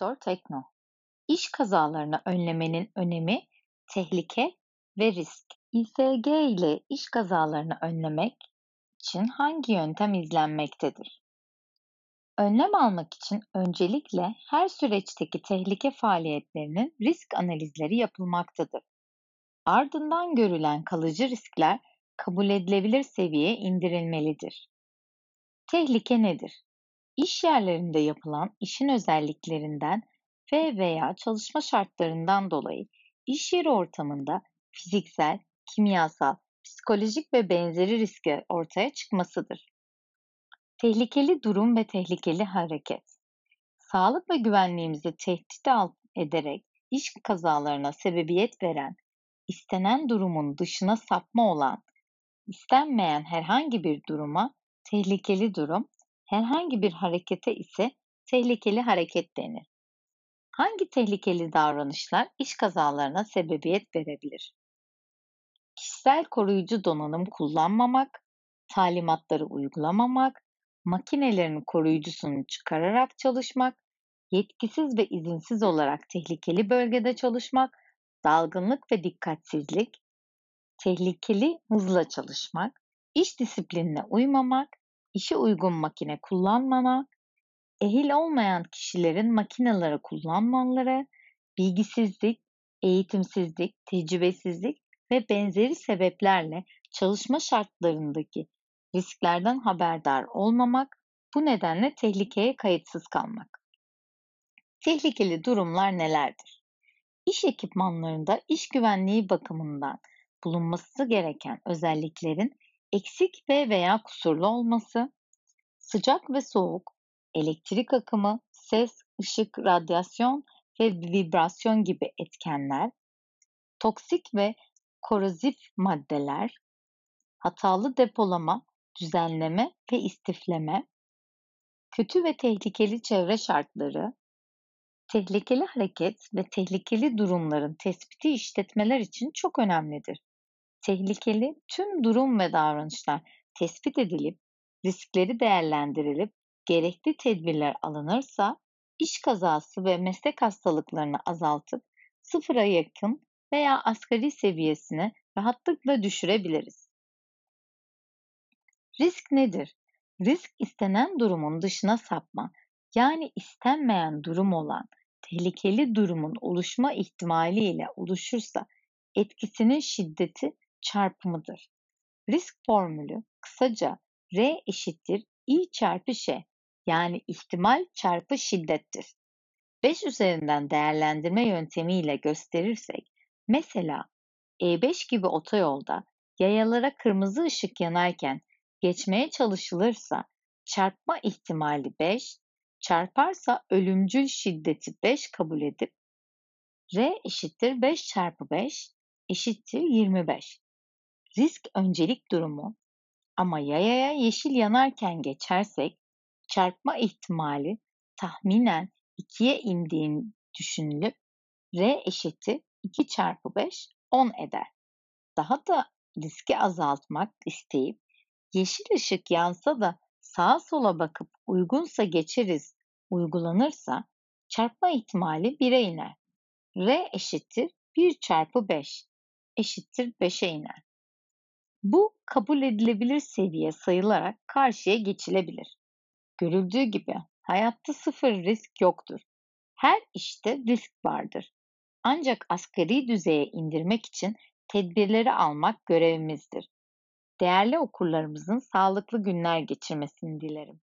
Doktor Tekno. İş kazalarını önlemenin önemi, tehlike ve risk. İSG ile iş kazalarını önlemek için hangi yöntem izlenmektedir? Önlem almak için öncelikle her süreçteki tehlike faaliyetlerinin risk analizleri yapılmaktadır. Ardından görülen kalıcı riskler kabul edilebilir seviyeye indirilmelidir. Tehlike nedir? İş yerlerinde yapılan işin özelliklerinden veya çalışma şartlarından dolayı iş yeri ortamında fiziksel, kimyasal, psikolojik ve benzeri riskler ortaya çıkmasıdır. Tehlikeli durum ve tehlikeli hareket. Sağlık ve güvenliğimizi tehdit ederek iş kazalarına sebebiyet veren, istenen durumun dışına sapma olan, istenmeyen herhangi bir duruma tehlikeli durum, herhangi bir harekete ise tehlikeli hareket denir. Hangi tehlikeli davranışlar iş kazalarına sebebiyet verebilir? Kişisel koruyucu donanım kullanmamak, talimatları uygulamamak, makinelerin koruyucusunu çıkararak çalışmak, yetkisiz ve izinsiz olarak tehlikeli bölgede çalışmak, dalgınlık ve dikkatsizlik, tehlikeli hızla çalışmak, iş disiplinine uymamak, işe uygun makine kullanmamak, ehil olmayan kişilerin makineleri kullanmaları, bilgisizlik, eğitimsizlik, tecrübesizlik ve benzeri sebeplerle çalışma şartlarındaki risklerden haberdar olmamak, bu nedenle tehlikeye kayıtsız kalmak. Tehlikeli durumlar nelerdir? İş ekipmanlarında iş güvenliği bakımından bulunması gereken özelliklerin eksik veya kusurlu olması, sıcak ve soğuk, elektrik akımı, ses, ışık, radyasyon ve vibrasyon gibi etkenler, toksik ve korozif maddeler, hatalı depolama, düzenleme ve istifleme, kötü ve tehlikeli çevre şartları, tehlikeli hareket ve tehlikeli durumların tespiti işletmeler için çok önemlidir. Tehlikeli tüm durum ve davranışlar tespit edilip, riskleri değerlendirilip, gerekli tedbirler alınırsa, iş kazası ve meslek hastalıklarını azaltıp sıfıra yakın veya asgari seviyesine rahatlıkla düşürebiliriz. Risk nedir? Risk istenen durumun dışına sapma, yani istenmeyen durum olan tehlikeli durumun oluşma ihtimali ile oluşursa etkisinin şiddeti çarpımıdır. Risk formülü kısaca R eşittir I çarpı Ş, yani ihtimal çarpı şiddettir. 5 üzerinden değerlendirme yöntemiyle gösterirsek, mesela E5 gibi otoyolda yayalara kırmızı ışık yanarken geçmeye çalışılırsa çarpma ihtimali 5, çarparsa ölümcül şiddeti 5 kabul edip R eşittir 5 çarpı 5 eşittir 25. Risk öncelik durumu, ama yayaya yeşil yanarken geçersek çarpma ihtimali tahminen 2'ye indiğini düşünülüp R eşittir 2 çarpı 5 10 eder. Daha da riski azaltmak isteyip yeşil ışık yansa da sağa sola bakıp uygunsa geçeriz uygulanırsa çarpma ihtimali 1'e iner. R eşittir 1 çarpı 5 eşittir 5'e iner. Bu kabul edilebilir seviye sayılarak karşıya geçilebilir. Görüldüğü gibi hayatta sıfır risk yoktur. Her işte risk vardır. Ancak asgari düzeye indirmek için tedbirleri almak görevimizdir. Değerli okurlarımızın sağlıklı günler geçirmesini dilerim.